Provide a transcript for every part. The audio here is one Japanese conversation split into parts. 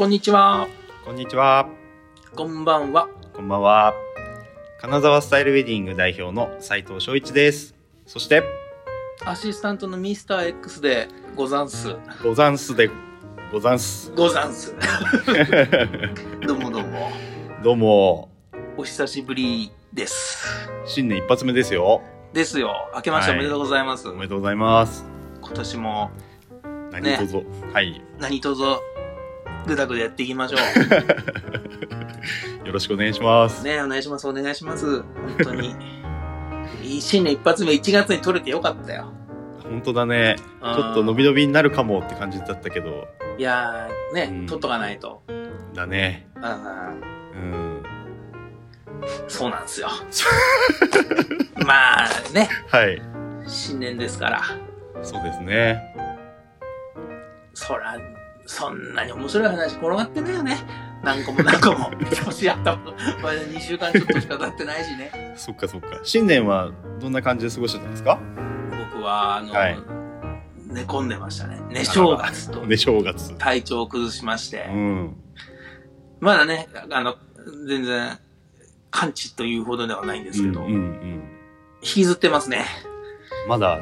こんにちは。 こんにちは。 こんばんは。 こんばんは。金沢スタイルウェディング代表の斉藤翔一です。そしてアシスタントのミスター X でござんす。 ござんすでござんす。 ござんす。どうもどうも。 どうも。 お久しぶりです。 新年一発目ですよ。 ですよ。明けましておめでとうございます。 おめでとうございます。 今年も何卒、ね、はい。 何卒ぐだぐだやっていきましょう。よろしくお願いします。 ね、お願いします。お願いします。本当に。新年一発目1月に撮れてよかったよ。 本当だね。ちょっと伸び伸びになるかもって感じだったけど。 いやーね、撮っとかないと。 だね。 そうなんですよ。まあね。 はい。 新年ですから。 そうですね。 そんなに面白い話転がってないよね。何個も年やったもまだ2週間ちょっとしか経ってないしね。 そっかそっか。新年はどんな感じで過ごしてたんですか？ 僕は寝込んでましたね。寝正月と。 寝正月。 体調を崩しまして。まだね、全然完治というほどではないんですけど、引きずってますね。 まだ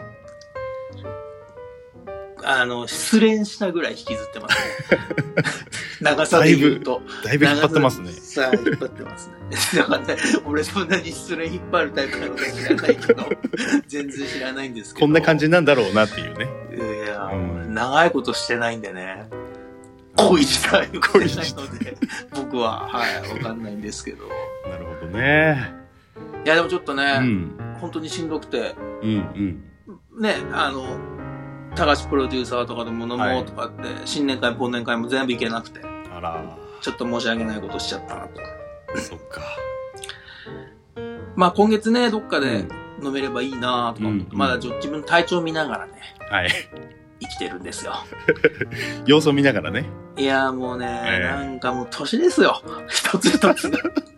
失恋したぐらい引きずってますね。長さで言うと。 だいぶ引っ張ってますね。 さあ、引っ張ってますね。だからね、俺そんなに失恋引っ張るタイプなのか知らないけど、全然知らないんですけど。 こんな感じなんだろうなっていうね。 いや、長いことしてないんでね。恋自体をしてないので、僕は、わかんないんですけど。 なるほどね。 いや、でもちょっとね、本当にしんどくて、ね、高橋プロデューサーとかでも飲もうとかって、新年会、忘年会も全部行けなくて、ちょっと申し訳ないことしちゃったなと。 そっか。 まあ今月ね、どっかで飲めればいいなとか思って、まだ自分の体調見ながらね、生きてるんですよ。 様子を見ながらね。 いやもうね、なんかもう年ですよ。一つ一つ。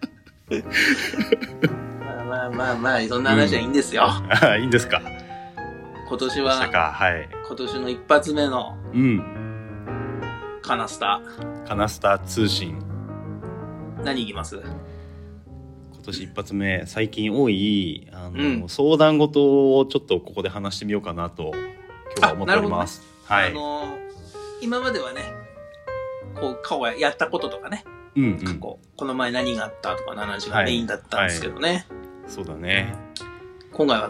まあ、そんな話はいいんですよ。 いいんですか。 今年は、今年の一発目の、カナスタ通信。 何いきます？ 今年一発目、最近多い、相談事をちょっとここで話してみようかなと、今日は思っております。 ね、今まではね、やったこととかね、過去、この前何があったとかの話がメインだったんですけどね。 そうだね。 今回は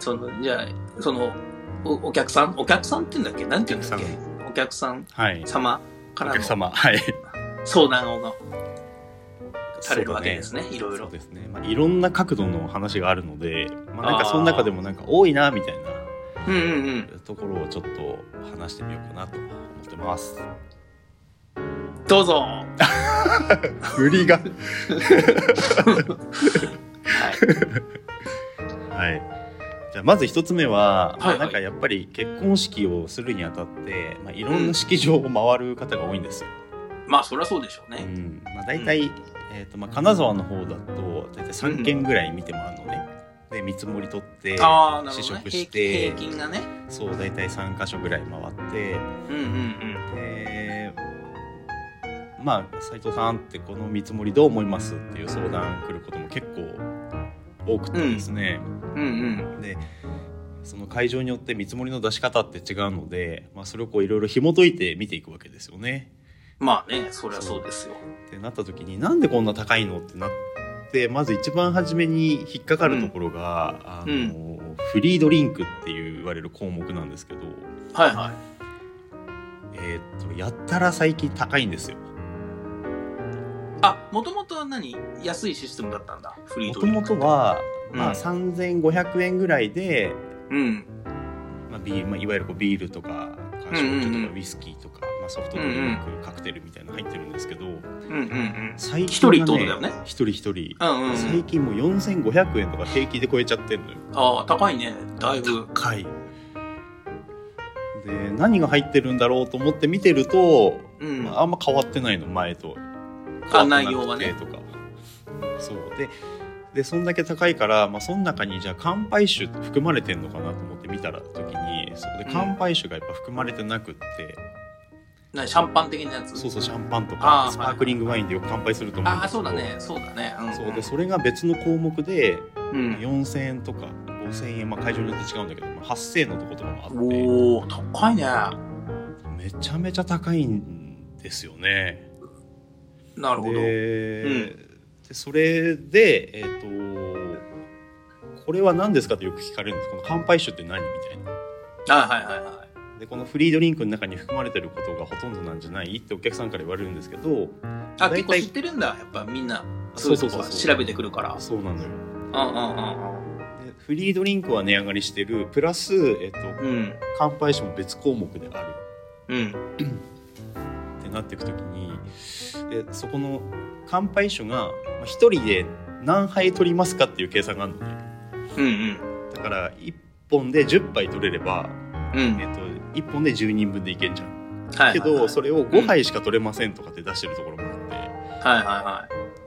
お客さんって言うんだっけ？なんて言うんだっけ？お客さん様からの相談をされるわけですね。いろいろ。 そうですね。いろんな角度の話があるので、なんかその中でもなんか多いなみたいなところをちょっと話してみようかなと思ってます。 どうぞ。 振りが。はい。じゃあまず一つ目は、なんかやっぱり結婚式をするにあたって、いろんな式場を回る方が多いんですよ。 まあそりゃそうでしょうね。 大体、金沢の方だと大体3件ぐらい見て回るのね。で見積もり取って試食して、 平均がね。 そう大体3カ所ぐらい回って、で斉藤さんってこの見積もりどう思いますっていう相談来ることも結構多くてですね。でその会場によって見積もりの出し方って違うので、それをいろいろ紐解いて見ていくわけですよね。 まあね、そりゃそうですよ。 ってなった時になんでこんな高いのってなって、まず一番初めに引っかかるところが、フリードリンクって言われる項目なんですけど、やったら最近高いんですよ。 もともとは安いシステムだったんだ。フリードリンク。 もともとは、3500円ぐらいで、いわゆるビールとか焼酎とかウイスキーとか、ソフトドリンク、カクテルみたいなの入ってるんですけど、最近はね、一人ってことだよね。一人、最近もう4500円とか平気で超えちゃってるのよ。 高いね。だいぶ高い。で何が入ってるんだろうと思って見てると、あんま変わってないの、前と。 内容はね。 とか。そうでそんだけ高いから、その中にじゃあ乾杯酒って含まれてんのかなと思って見たら時に、そこで乾杯酒がやっぱ含まれてなくって、 シャンパン的なやつ。 そうそう、シャンパンとかスパークリングワインでよく乾杯すると思うんですけど、 そうだね、そうだね、 そうで、それが別の項目で、4000円とか5000円、会場によって違うんだけど、8000円のとことかもあって、 おー、高いね。 めちゃめちゃ高いんですよね。 なるほど。 でそれで、これは何ですかとよく聞かれるんです。この乾杯酒って何みたいな。 はいはいはい。 でこのフリードリンクの中に含まれてることがほとんどなんじゃないってお客さんから言われるんですけど、 結構知ってるんだ、やっぱみんな。そうそうそう、調べてくるから。 そうなのよ。でフリードリンクは値上がりしてる、プラス、乾杯酒も別項目である、ってなっていくときに、でそこの乾杯酒が1人で何杯取りますかっていう計算があるのね。だから1本で10杯取れれば、1本で10人分でいけんじゃん。けどそれを5杯しか取れませんとかって出してるところもあって、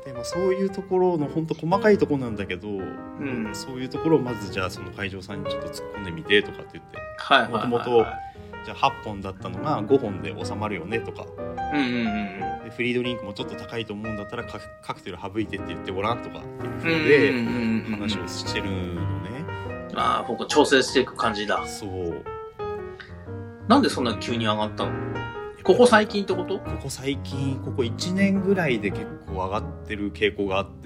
でそういうところの本当細かいところなんだけど、そういうところをまずじゃあその会場さんにちょっと突っ込んでみてとかって言って、もともとじゃあ8本だったのが5本で収まるよねとか、でフリードリンクもちょっと高いと思うんだったらカクテル省いてって言ってごらんとかっていう風で話をしてるのね。 僕調整していく感じだ。 そう。 なんでそんな急に上がったの？ここ最近ってこと？ ここ最近、ここ1年ぐらいで結構上がってる傾向があって、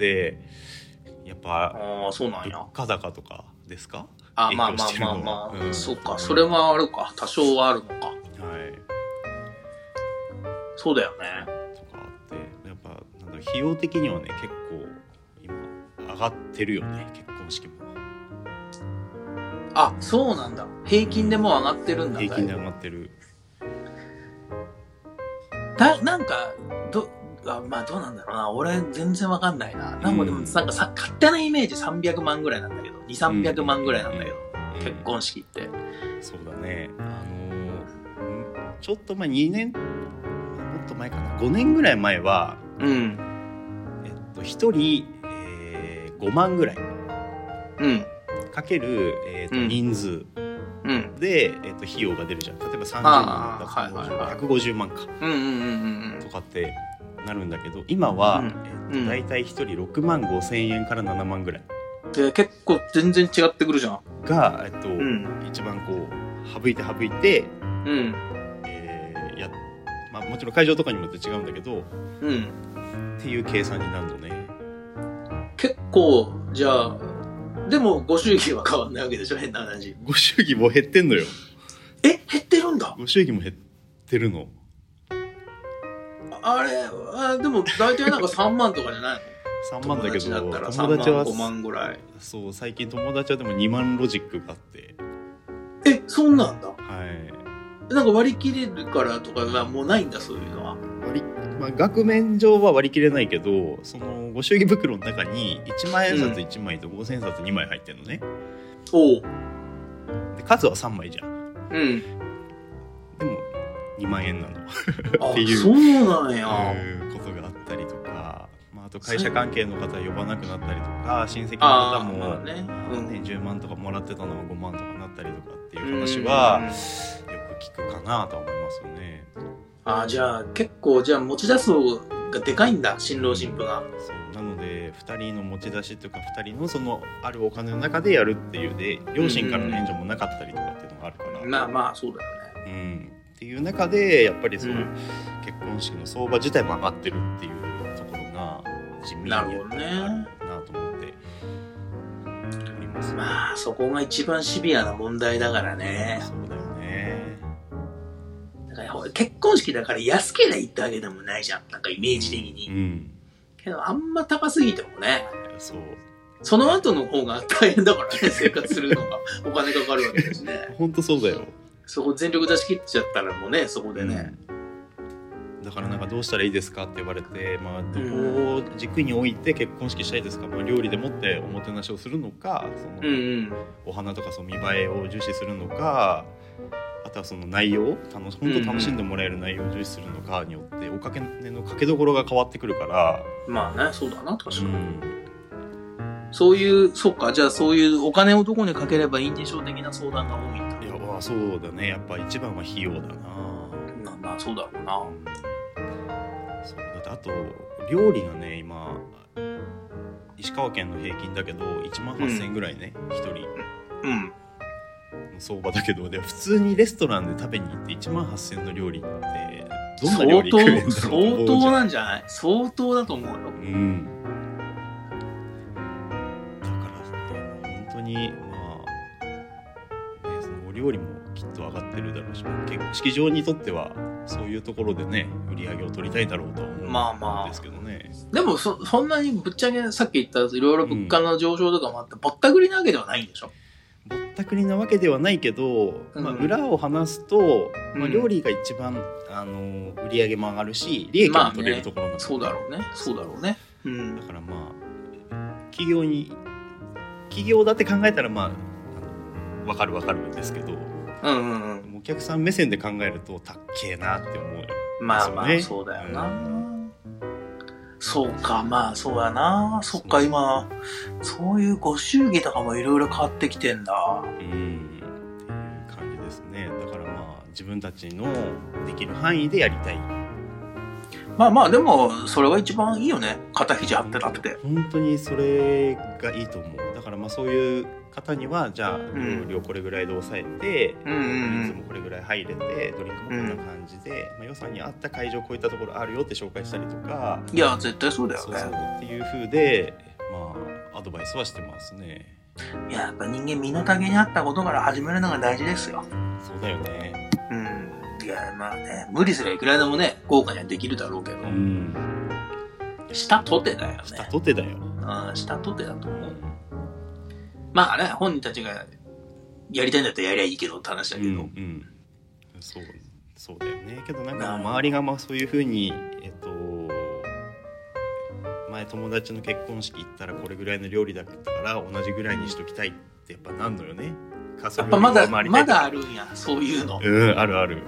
やっぱそうなんや。 物価高とかですか？ そうか、それはあるか、多少はあるのか。そうだよね。 とかあって、やっぱ費用的にはね結構今上がってるよね、結婚式も。 そうなんだ。平均でも上がってるんだ。 平均で上がってる。 なんかどうなんだろうな。俺全然わかんないな。でも勝手なイメージ300万ぐらいなんだけど、200-300万ぐらいなんだけど、結婚式って。 そうだね。ちょっと2年もっと前かな、5年ぐらい前は、1人、5万ぐらい。かける、人数で、費用が出るじゃん。例えば30人だったら150万か、とかってなるんだけど、今は、だいたい1人6万5千円から7万ぐらい。 結構全然違ってくるじゃん。 が、一番こう省いて、もちろん会場とかにもよって違うんだけど、っていう計算になるのね。 結構じゃあ。でもご祝儀は変わんないわけでしょ、変な話。 ご祝儀も減ってんのよ。 減ってるんだ。 ご祝儀も減ってるの。 でも大体なんか3万とかじゃないの？3万だけど友達は5万ぐらい。 そう、最近友達はでも2万ロジックがあって。 そんなんだ。 はい。 なんか割り切れるからとかはもうないんだ、そういうのは。 額面上は割り切れないけど、そのご祝儀袋の中に1万円札1枚と5000円札2枚入ってるのね。で数は3枚じゃん。でも2万円なのっていうそうなんやことがあったりとか、あと会社関係の方呼ばなくなったりとか、親戚の方も、10万とかもらってたのが5万とかなったりとかっていう話はよく聞くかなとは思いますよね。 じゃあ結構持ち出す方がでかいんだ、新郎新婦が。 そうなので2人の持ち出しというか、2人のそのあるお金の中でやるっていうで、両親からの援助もなかったりとかっていうのがあるから、 そうだよね。 っていう中でやっぱりその、結婚式の相場自体も上がってるっていうところが地味にやっぱりあるなと思っております、ね。 そこが一番シビアな問題だからね。 そうだよね。 だから結婚式だから安ければいいってわけでもないじゃん、なんかイメージ的に。けどあんま高すぎてもね。その後の方が大変だからね、生活するのがお金かかるわけですね。 本当そうだよ。 そこ全力出し切っちゃったらもうね、そこでね。 だからなんかどうしたらいいですかって言われて、どこを軸に置いて結婚式したいですか、料理でもっておもてなしをするのか、そのお花とかその見栄えを重視するのか、あとはその内容、本当楽しんでもらえる内容を重視するのかによってお金のかけどころが変わってくるから。 そうだな、確かに。そうか、じゃあそういうお金をどこにかければいいんでしょう的な相談が多いんだ。 そうだね、やっぱ一番は費用だな。 そうだろうな。 そうだってあと料理がね今石川県の平均だけど18,000円ぐらいね、1人の相場だけど、で普通にレストランで食べに行って18,000円の料理ってどんな料理食えるんだろう。 相当なんじゃない？相当だと思うよ。 だから本当にそのお料理もきっと上がってるだろうし、結構式場にとってはそういうところでね売り上げを取りたいだろうと思うんですけどね。 でもそんなにぶっちゃけさっき言ったいろいろ物価の上昇とかもあってぼったくりなわけではないんでしょ。 ぼったくりなわけではないけど、裏を話すと、料理が一番売り上げも上がるし利益も取れるところなんで、 そうだろうね。 だから企業だって考えたら分かるんですけど、お客さん目線で考えるとたっけえなって思うよ。 そうだよな。そうか、そうやな。そっか、今そういうご祝儀とかもいろいろ変わってきてんだ。 っていう感じですね。だから自分たちのできる範囲でやりたい。 でもそれが一番いいよね。肩肘張ってなくて。 本当にそれがいいと思う。だからそういう方にはじゃあ量これぐらいで抑えて、人数もこれぐらい入れて、ドリンクもこんな感じで、予算に合った会場こういったところあるよって紹介したりとか。 いや絶対そうだよね。 そうっていう風でアドバイスはしてますね。 いややっぱ人間身の丈に合ったことから始めるのが大事ですよ。 そうだよね。 いや無理すればいくらでもね豪華にはできるだろうけど、したとてだよね。 したとてだよ。 したとてだと思う。本人たちがやりたいんだったらやりゃいいけどって話だけど、 そうだよね。けど周りがそういう風に前友達の結婚式行ったらこれぐらいの料理だったから同じぐらいにしときたいってやっぱなんのよね。 やっぱまだあるんやそういうの。 ある。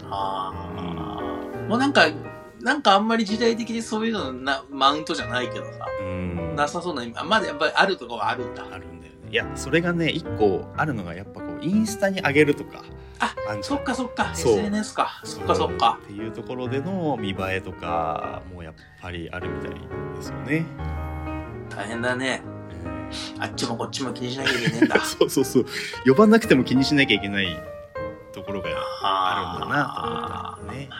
もうなんかあんまり時代的にそういうのマウントじゃないけどさ、なさそうなまだやっぱりあるとこはあるんだ。 あるんだよね。いやそれがね一個あるのがやっぱインスタに上げるとか。そっか SNS か。そっかっていうところでの見栄えとかもやっぱりあるみたいですよね。 大変だね。あっちもこっちも気にしなきゃいけないんだ。 そう呼ばなくても気にしなきゃいけないところがあるんだなと思ったね。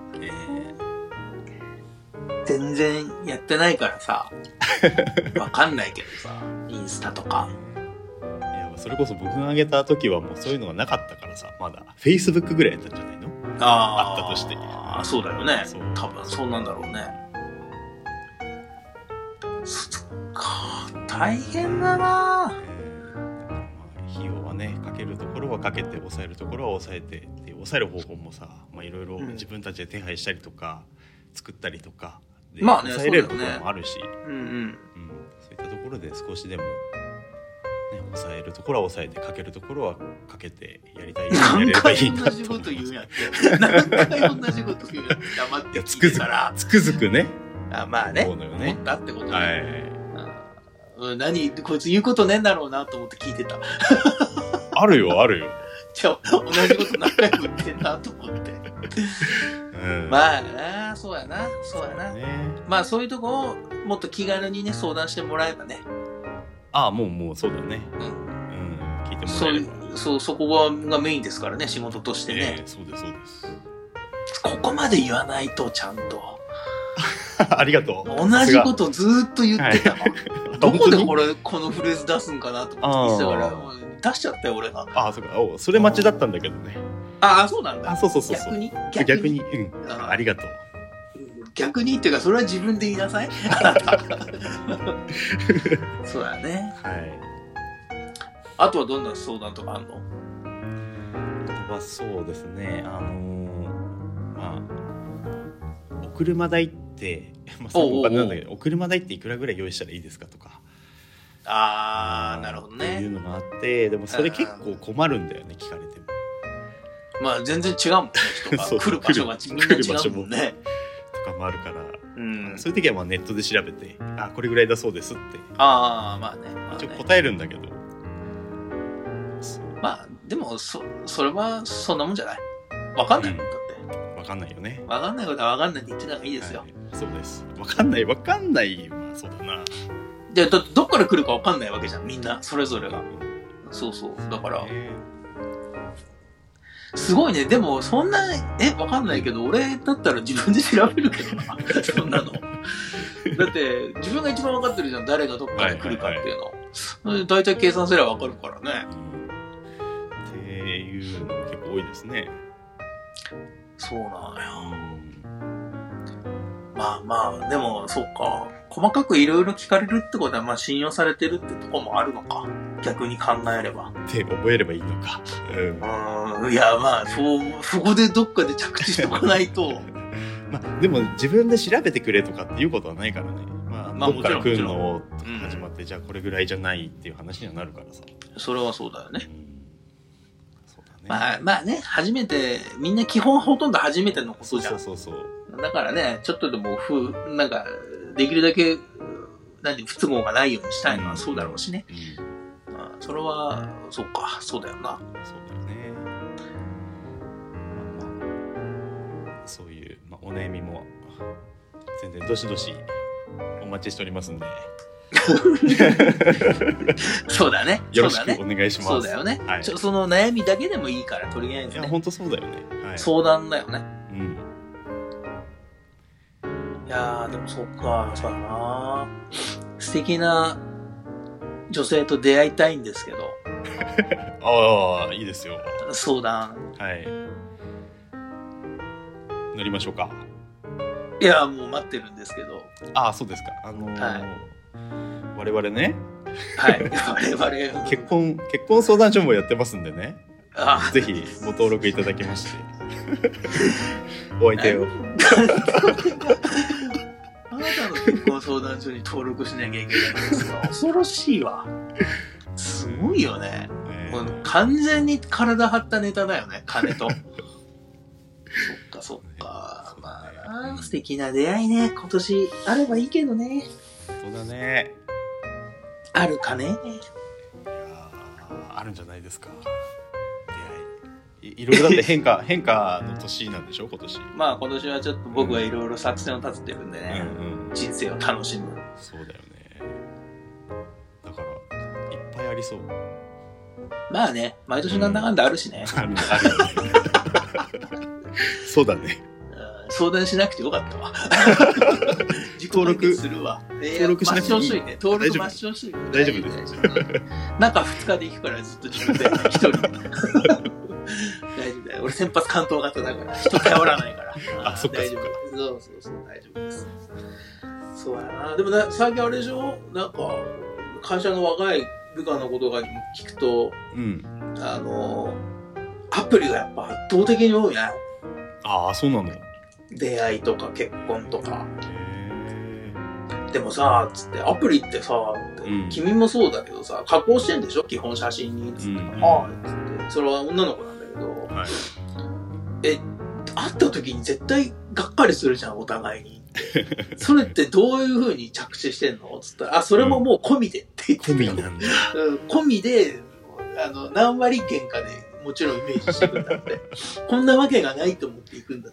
全然やってないからさわかんないけどさ、インスタとか。 いやそれこそ僕が上げた時はもうそういうのがなかったからさ、まだ Facebook ぐらいやったんじゃないの？あったとして。 そうだよね。多分そうなんだろうね。そっか、大変だな。 費用はねかけるところはかけて抑えるところは抑えて、で抑える方法もさいろいろ自分たちで手配したりとか、作ったりとかで抑えれるところもあるし、そういったところで少しでも、抑えるところは抑えてかけるところはかけてやりたいようにやれればいいなと思います。 何回同じこと言うんやって何回同じこと言うんやって黙って聞いてたらつくづくね思ったってことね。何こいつ言うことねえんだろうなと思って聞いてた。 あるよじゃあ同じこと何回も言ってんなと思ってそうやな、そういうとこをもっと気軽にね相談してもらえばね。 もうそうだね。聞いてもらえばそこがメインですからね、仕事としてね。 そうですここまで言わないとちゃんとありがとう。 同じことずっと言ってたの。どこでこのフレーズ出すんかなと思って聞いてたから出しちゃったよ俺が。 そうか。それ待ちだったんだけどね。 そうなんだ。 そう逆にありがとう。 逆にっていうかそれは自分で言いなさい。そうだね。あとはどんな相談とかあんの？ あとはそうですね。お車代ってお金なんだけど、お車代っていくらぐらい用意したらいいですかとか。 なるほどね。 っていうのがあって、でもそれ結構困るんだよね、聞かれても。 全然違うもんね、人が来る場所がみんな違うもんね。 とかもあるから、そういう時はネットで調べて、これぐらいだそうですって。一応答えるんだけど。でもそれはそんなもんじゃない？わかんないもんだって。 わかんないよね。 分かんないことは分かんないって言ってた方がいいですよ、はい、 そうです。分かんないまあそうだな。 じゃあどっから来るか分かんないわけじゃん、みんなそれぞれが。そうだからすごいね。でもそんな分かんないけど、俺だったら自分で調べるけどなそんなのだって自分が一番分かってるじゃん、誰がどっから来るかっていうの、はいはいはい、だいたい計算すれば分かるからね、 っていうのが結構多いですね。 そうなのよ、まあでもそうか、細かくいろいろ聞かれるってことは、まあ信用されてるってとこもあるのか、逆に考えればって覚えればいいのか。 いやまあそこでどっかで着地しとかないとまあでも自分で調べてくれとかっていうことはないからね。まあどっから来るのとか始まって、じゃあこれぐらいじゃないっていう話にはなるからさ。 それはそうだよね。そうだね。まあね、初めて、みんな基本ほとんど初めてのことじゃん。そうだからね、ちょっとでもなんかできるだけ不都合がないようにしたいのはそうだろうしね。それはそうか、そうだよな。そうだよね。 そういう、お悩みも全然どしどしお待ちしておりますんでそうだね。 よろしくお願いします。 そうだよね。はい、その悩みだけでもいいから、とりあえずね。 いや本当そうだよね。 はい、相談だよね。いやでもそっか、そうだな。素敵な女性と出会いたいんですけど。 ああ、いいですよ。 相談。 はい。乗りましょうか。 いやもう待ってるんですけど。 ああ、そうですか。はい、我々ね。 はい。我々 結婚相談所もやってますんでね。ぜひご登録いただきましてお相手を。 あなたの結婚相談所に登録しなきゃいけないんですか。恐ろしいわ。すごいよね。もう完全に体張ったネタだよね、金と。そっか。まあ素敵な出会いね、今年あればいいけどね。 そうだね。 あるかね。いやあるんじゃないですか。いろいろだって変化の年なんでしょ、今年。 まあ今年はちょっと僕はいろいろ作戦を立ててるんでね、人生を楽しむ。 そうだよね。だからいっぱいありそう。 まあね、毎年なんだかんだあるしね。あるそうだね。 相談しなくてよかったわ。 登録するわ。 登録しなくていい。 登録抹消しといて。 大丈夫です。 中2日で行くからずっと自分で一人。大丈夫だよ。俺先発関東型だから人頼らないから。 あ、そっかそっか。 そう大丈夫です。そうやな。でも最近あれでしょ。なんか会社の若い部下のことが聞くと、アプリがやっぱ圧倒的に多いね。 ああ、そうなの。 出会いとか結婚とか。でもさ、つってアプリってさ、君もそうだけどさ、加工してんでしょ、基本写真に。つって、つって、それは女の子なんだけど、はい、会った時に絶対がっかりするじゃん、お互いに。それってどういう風に着地してんのつったら、それももう込みでって言って。 込みなんだ。 込みで、何割原価でもちろんイメージしていくんだって。こんなわけがないと思っていくんだって。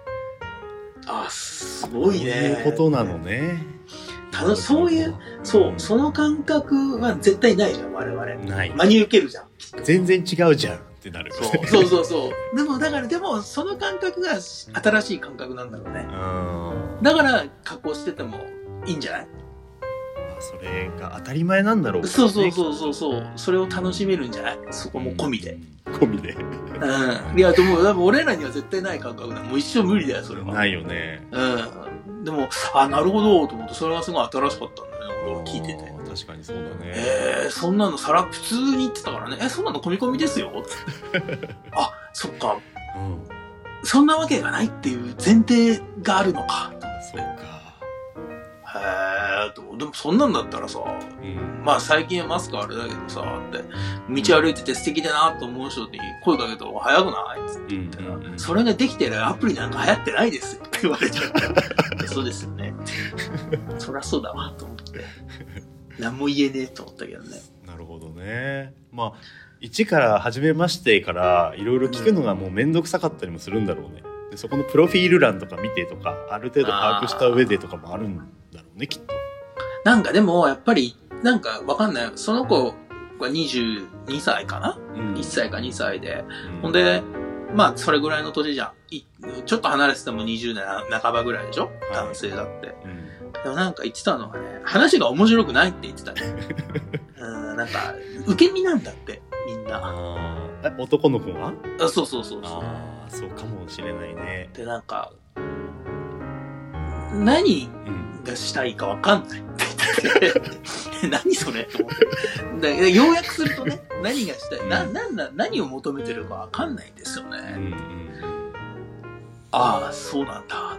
すごいね。 そういうことなのね。 そういう、その感覚は絶対ないじゃん、我々。 ない。 真に受けるじゃん。 全然違うじゃんってなる。 そう。でも、その感覚が新しい感覚なんだろうね。だから、加工しててもいいんじゃない？ それが当たり前なんだろう、ね。 そう。それを楽しめるんじゃない？そこも込みで。 込みで。 いや、でも、俺らには絶対ない感覚だ。もう一生無理だよ、それは。 ないよね。 でも、なるほど、と思って、それがすごい新しかったんだよね、俺は聞いてて。 確かにそうだね。 そんなの普通に言ってたからね。そんなの込み込みですよ。そっか。そんなわけがないっていう前提があるのか。 そうか。 でもそんなんだったらさ、まあ最近はマスクあれだけどさ、って道歩いてて素敵だなと思う人に声かけた方が早くないって言ったら、それができてるアプリなんか流行ってないですよって言われちゃったそうですよねそりゃそうだわと思って何も言えねえと思ったけどね。 なるほどね。まあ一から始めましてからいろいろ聞くのがもうめんどくさかったりもするんだろうね。 でそこのプロフィール欄とか見てとかある程度把握した上でとかもあるんだろうねきっと。 なんかでもやっぱりなんかわかんない、その子が22歳かな、1歳か2歳で、ほんでまあそれぐらいの年じゃん、ちょっと離れてても20代半ばぐらいでしょ、男性だって、でもなんか言ってたのがね、話が面白くないって言ってたねなんか受け身なんだってみんな。 男の子は？ そうそう。 そうかもしれないね。 でなんか何がしたいかわかんないって言ってて何それと思って要約するとね、何がしたい、何を求めてるかわかんないんですよね。ああそうなんだ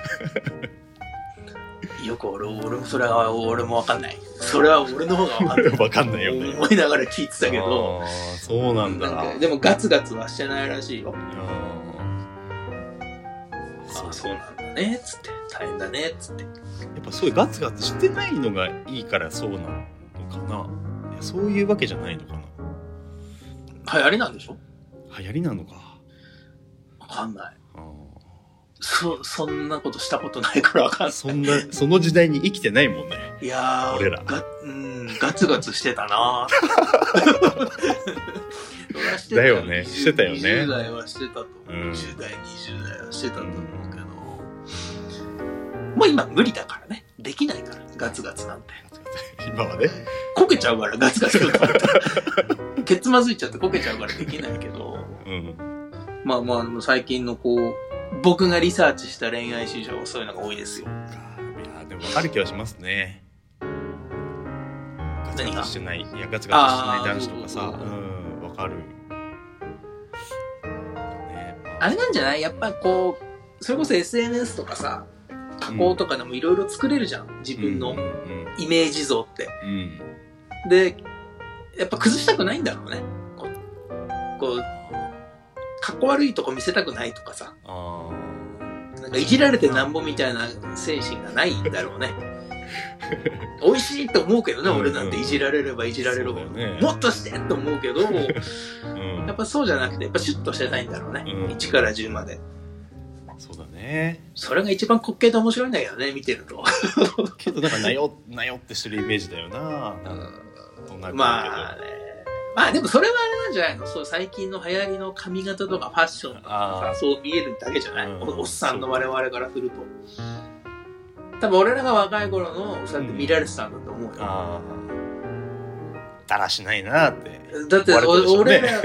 ってよく俺もそれは俺もわかんない、それは俺の方がわかんないわかんないよね思いながら聞いてたけど、 そうなんだ。 なんかでもガツガツはしてないらしいよ。そうなんだねっつって、大変だねっつって。やっぱそういうガツガツしてないのがいいからそうなのかな。そういうわけじゃないのかな。 流行りなんでしょ。 流行りなのかわかんない。そんなことしたことないからわかんない。 その時代に生きてないもんね。 いやー、 俺らガツガツしてたなだよね、してたよね。 20代はしてたと思う、10代20代はしてたと思うけど、もう今無理だからね、できないからガツガツなんて今はね、 こけちゃうからガツガツケツまずいちゃってこけちゃうからできないけど、まあまあ最近のこう僕がリサーチした恋愛市場はそういうのが多いですよ。いやでも分かる気はしますね。ガツガツしてない、ガツガツしてない男子とかさ、分かる、 あれなんじゃない、やっぱこうそれこそ SNS とかさ、加工とかでもいろいろ作れるじゃん、自分のイメージ像って、でやっぱ崩したくないんだろうね、こうかっこ悪いとこ見せたくないとかさ、なんかいじられてなんぼみたいな精神がないんだろうね美味しいと思うけどね、俺なんていじられればいじられるほど、もっとしてと思うけどやっぱそうじゃなくて、やっぱシュッとしてないんだろうね、1から10まで。 そうだね、それが一番滑稽で面白いんだけどね、見てるとけどなんかなよってしてるイメージだよな。 まあね、まあでもそれはあれなんじゃないの、そう最近の流行りの髪型とかファッションとかさ、そう見えるだけじゃない、おっさんの我々からすると。多分俺らが若い頃のそうやって見られてたんだと思うよ。 だらしないなって。 だって俺ら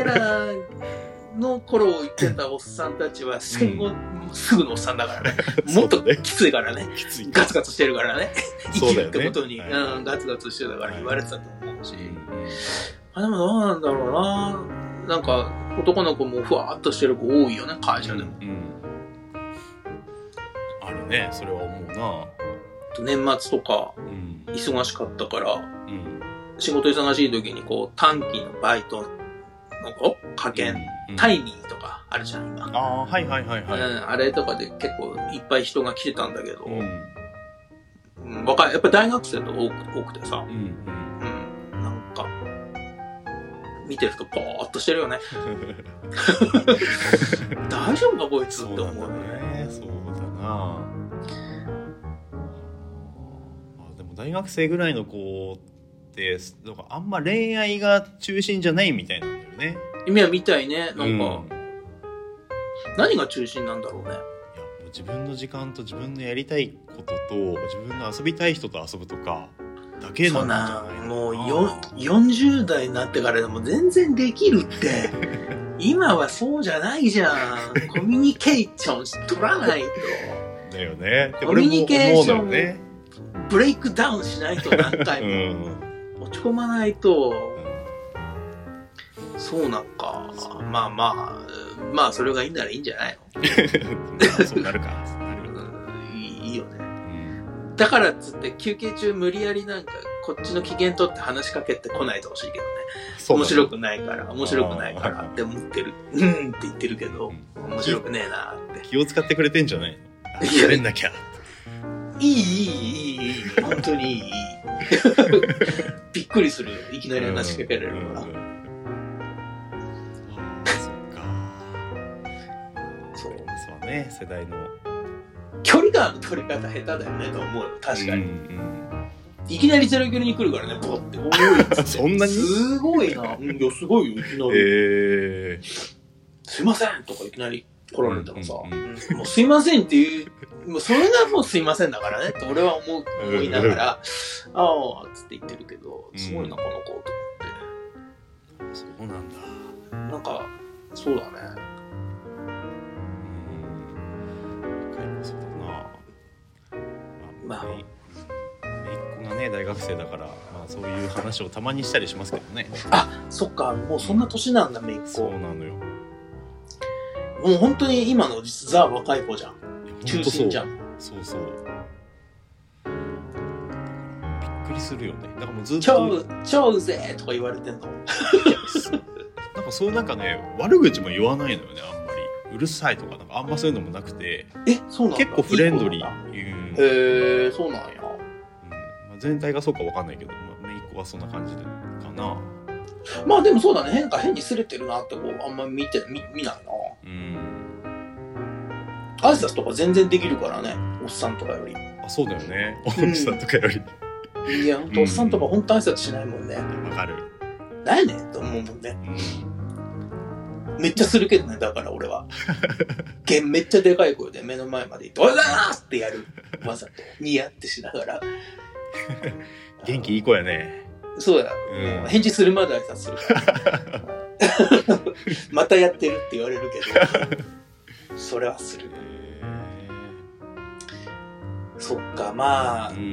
の頃を言ってたおっさんたちは戦後すぐのおっさんだからね。もっときついからね。ガツガツしてるからね。生きるってことに、ガツガツしてたから言われてたと思うし。でもどうなんだろうな。なんか男の子もふわっとしてる子多いよね、会社でも。 あるね、それは思うな。 年末とか忙しかったから、仕事忙しい時にこう短期のバイトの派遣、タイミーとかあるじゃん今。 はいはいはいはい。 あれとかで結構いっぱい人が来てたんだけど、若いやっぱり大学生と多くてさ、なんか見てるとポーっとしてるよね。大丈夫かこいつって思うね。 そうだな。でも大学生ぐらいの子ってなんかあんま恋愛が中心じゃないみたいなんだよね。 今みたいね、なんか、何が中心なんだろうね。いやもう自分の時間と自分のやりたいことと自分の遊びたい人と遊ぶとかだけなんじゃないかな。 もう40代になってからでも全然できるって今はそうじゃないじゃん。コミュニケーション取らないとだよね。 コミュニケーションブレイクダウンしないと何回も、落ち込まないと、そうなんか。まあそれがいいならいいんじゃないの。 そうなるか。 いいよね。だからっつって休憩中無理やりなんかこっちの機嫌取って話しかけてこないでほしいけどね。面白くないからって思ってる。って言ってるけど、面白くねえなって。 気を使ってくれてんじゃないの？やれんなきゃ。 いい。本当にいい。びっくりするよ。いきなり話しかけられるから。 ね、世代の距離感の取り方下手だよねと思うよ、確かに。いきなりゼロキロに来るからね、ボって。おいそんなにすごいな。いや、すごいよ、いきなり。すいませんとかいきなり来られてもさ、もうすいませんっていう、もうそれがもうすいませんだからねって俺は思いながら、ああ、つって言ってるけど、すごいな、この子と思って。 そうなんだ。 なんか、そうだね。 そうだな。 まあ、 姪っ子がね、大学生だから、まあそういう話をたまにしたりしますけどね。 あ、そっか、もうそんな年なんだ、姪っ子。 そうなのよ。 もう本当に今のザ若い子じゃん。中心じゃん。 そうそう。びっくりするよね。だからもうずっと超うぜーとか言われてんの。 なんかそうなんかね、悪口も言わないのよね、あんまり。うるさいとかなんかあんまそういうのもなくて。 そうなんだ。 結構フレンドリー。そうなんや。 まあ、全体がそうかわかんないけど、姪っ子はそんな感じでかな。 まあでもそうだね、変にすれてるなってこうあんまり見ないな。挨拶とか全然できるからね、おっさんとかより。 あ、そうだよね。おっさんとかより。 いや、ほんとおっさんとかほんと挨拶しないもんね。 わかる。 なんやねんと思うもんね。めっちゃするけどね、だから俺は。めっちゃでかい声で目の前まで行って、おはようございますってやる。わざと。ニヤってしながら。 元気いい子やね。 そうだ。もう返事するまで挨拶するから。またやってるって言われるけど、それはする。そっか、まあ、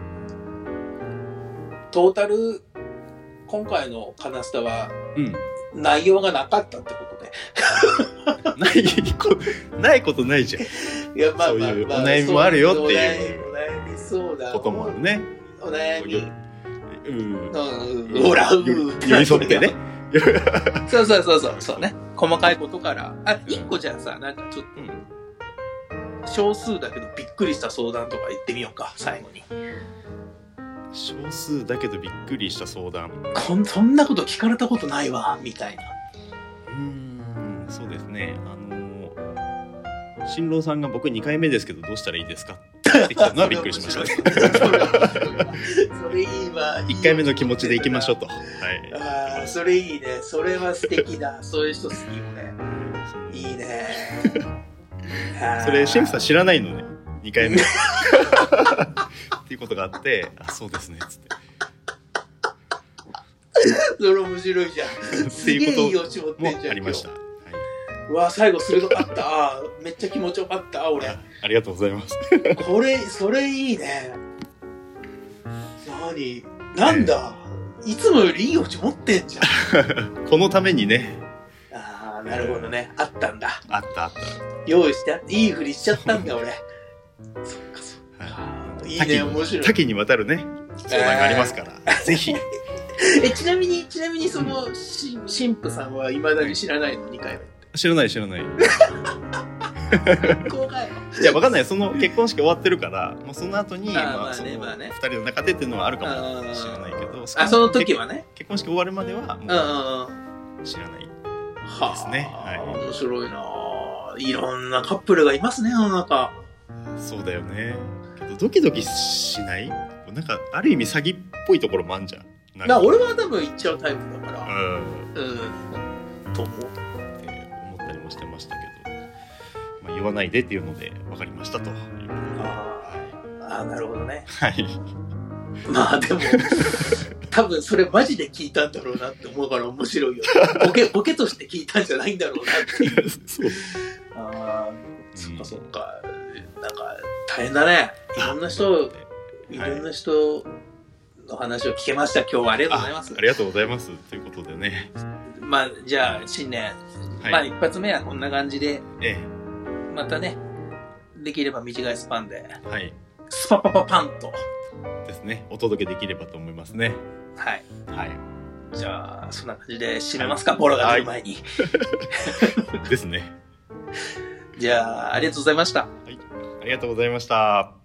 トータル、今回のカナスタは、内容がなかったってことで。 ないことないじゃん。 いや、まあまあ、 そういうお悩みもあるよっていうお悩みそうだ。 こともあるね。 お悩み。 ほら、寄り添ってね。 そうね。細かいことから。一個じゃあさ、なんかちょっと、少数だけどびっくりした相談とか言ってみようか、最後に。 少数だけどびっくりした相談。 そんなこと聞かれたことないわ、みたいな。 そうですね。新郎さんが僕2回目ですけどどうしたらいいですかって来たのはびっくりしましたね。 それいいわ。 1回目の気持ちでいきましょうと。 それいいね。それは素敵だ。そういう人好きよね。いいね。 それシェフさん知らないのね。2回目っていうことがあって、あ、そうですねっつって。 それ面白いじゃん。すげえいいオチ持ってんじゃん。 ありました。 うわ、最後鋭かった。めっちゃ気持ちよかった、俺。 ありがとうございます。 それいいね。なんだ、いつもよりいいオチ持ってんじゃん。このためにね。 ああ、なるほどね。あったんだ。 あった。 用意してあって、いいふりしちゃったんだ、俺。そっか。いいね、面白い。 多岐にわたるね、相談がありますから、ぜひ。 ちなみにその、神父さんは未だに知らないの、2回目。 知らない。いや、わかんない。その結婚式終わってるから、もうその後に、2人の中でっていうのはあるかもしれないけど、 その時はね。 結婚式終わるまでは、もう知らないですね。 面白いないろんなカップルがいますね、世の中。 そうだよね。けど、ドキドキしない？なんか、ある意味詐欺っぽいところもあんじゃん。 俺は多分行っちゃうタイプだから。と思ったりもしてましたけど、言わないでっていうので分かりましたと。 なるほどね。 はい。 まあでも多分それマジで聞いたんだろうなって思うから面白いよ。ボケとして聞いたんじゃないんだろうなっていう。そっか。なんか大変だね。いろんな人の話を聞けました。今日はありがとうございます。 ありがとうございます。ということでね。 まあじゃあ新年、一発目はこんな感じで、またね、できれば短いスパンで、スパパパパンとですね、お届けできればと思いますね。 はい。じゃあそんな感じで締めますか、ボロが出る前に。 ですね。 じゃあありがとうございました。 ありがとうございました。